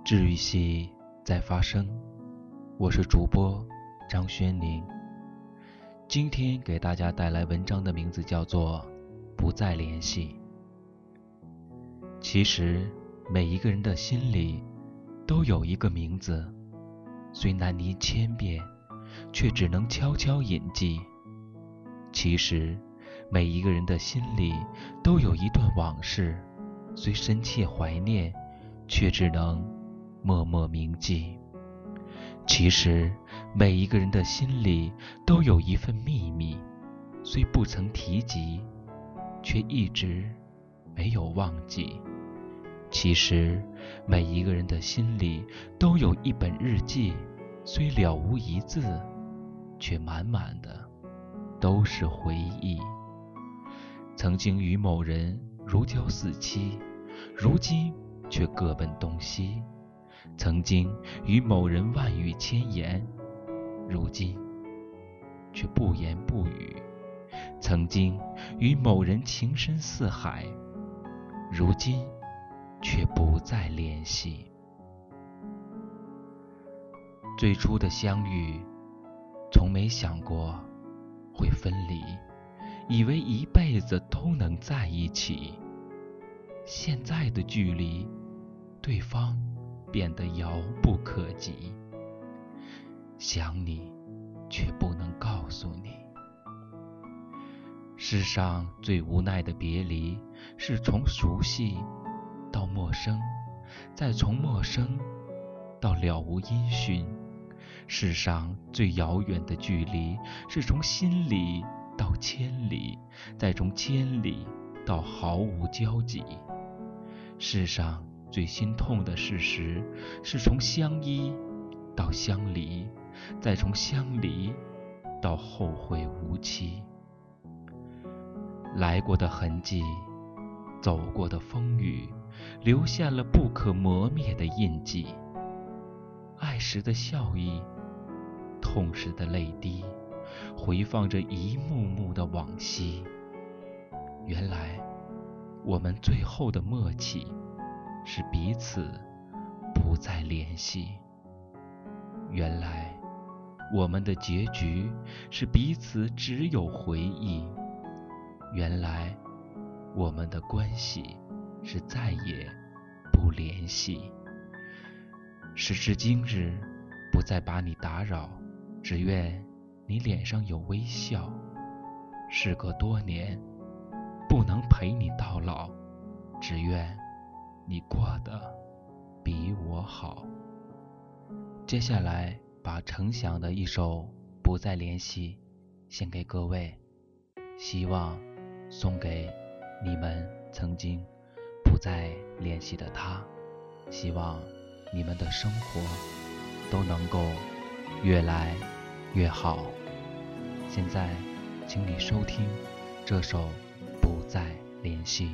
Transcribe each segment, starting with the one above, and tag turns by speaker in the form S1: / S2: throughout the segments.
S1: 治愈系在发生，我是主播张轩宁。今天给大家带来文章的名字叫做不再联系。其实每一个人的心里都有一个名字，虽难拟千遍，却只能悄悄隐记。其实每一个人的心里都有一段往事，虽深切怀念，却只能默默铭记。其实每一个人的心里都有一份秘密，虽不曾提及，却一直没有忘记。其实每一个人的心里都有一本日记，虽了无一字，却满满的都是回忆。曾经与某人如胶似漆，如今却各奔东西。曾经与某人万语千言，如今却不言不语。曾经与某人情深似海，如今却不再联系。最初的相遇，从没想过会分离，以为一辈子都能在一起。现在的距离，对方变得遥不可及，想你却不能告诉你。世上最无奈的别离，是从熟悉到陌生，再从陌生到了无音讯。世上最遥远的距离，是从心里到千里，再从千里到毫无交集。世上最心痛的事实，是从相依到相离，再从相离到后会无期。来过的痕迹，走过的风雨，留下了不可磨灭的印记。爱时的笑意，痛时的泪滴，回放着一幕幕的往昔。原来我们最后的默契，是彼此不再联系。原来我们的结局，是彼此只有回忆。原来我们的关系，是再也不联系。时至今日，不再把你打扰，只愿你脸上有微笑。事隔多年，不能陪你到老，只愿你过得比我好。接下来把程响的一首《不再联系》献给各位，希望送给你们曾经不再联系的他，希望你们的生活都能够越来越好。现在请你收听这首《不再联系》。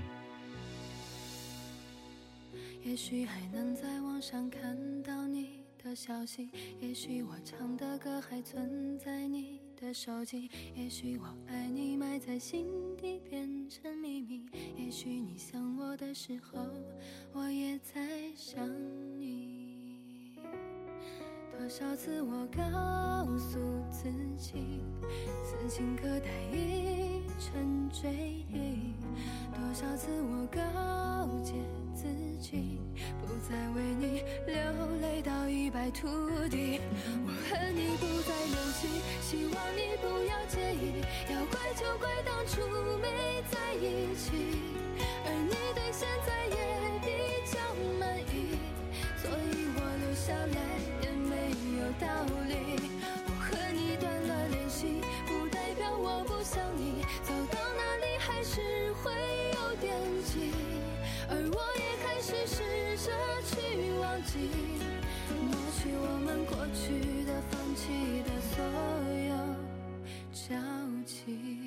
S2: 也许还能在网上看到你的消息，也许我唱的歌还存在你的手机，也许我爱你埋在心底变成秘密，也许你想我的时候，我也在想你。多少次我告诉自己，此情可待已成追忆，多少次我告诫自己，不再为你流泪到一败涂地。我和你不再联系，希望你不要介意，要怪就怪当初没在一起，而你对现在也比较满意，所以我留下来也没有道理。我和你断了联系，不代表我不想你，走到哪里还是会有惦记，而我也开始试着去忘记，抹去我们过去的、放弃的所有交集。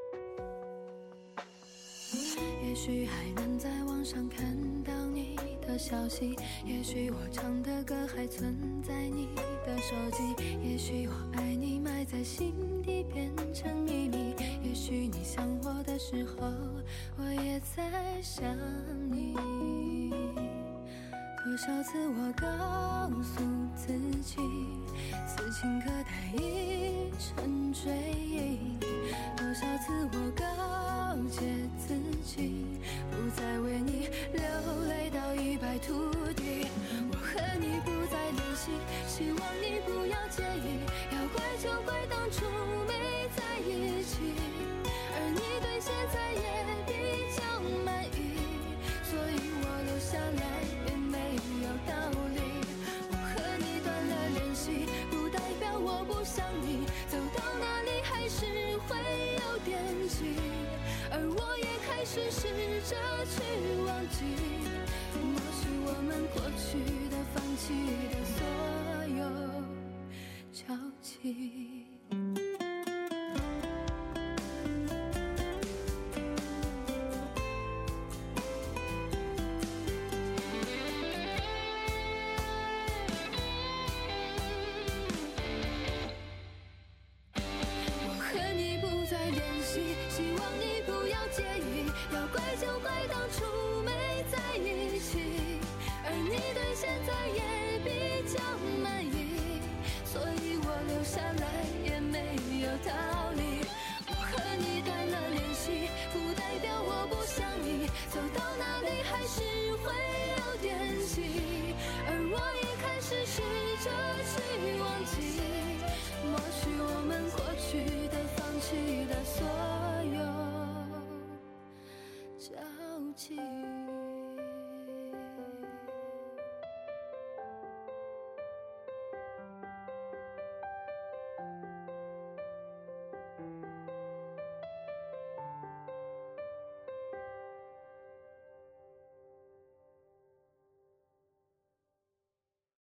S2: 也许还能在网上看到你的的消息，也许我唱的歌还存在你的手机，也许我爱你埋在心底变成秘密，也许你想我的时候，我也在想你。多少次我告诉自己，此情可待已成追忆，多少次我告诫自己，不再为你流泪到一败涂地。我和你不再联系，希望你不要介意，要怪就怪当初没在一起，而你对现在也比较满意，所以我留下来也没有道理。我和你断了联系，不代表我不想你，走到哪里还是会有惦记，而我也开始试着去忘记，抹去我们过去的、放弃的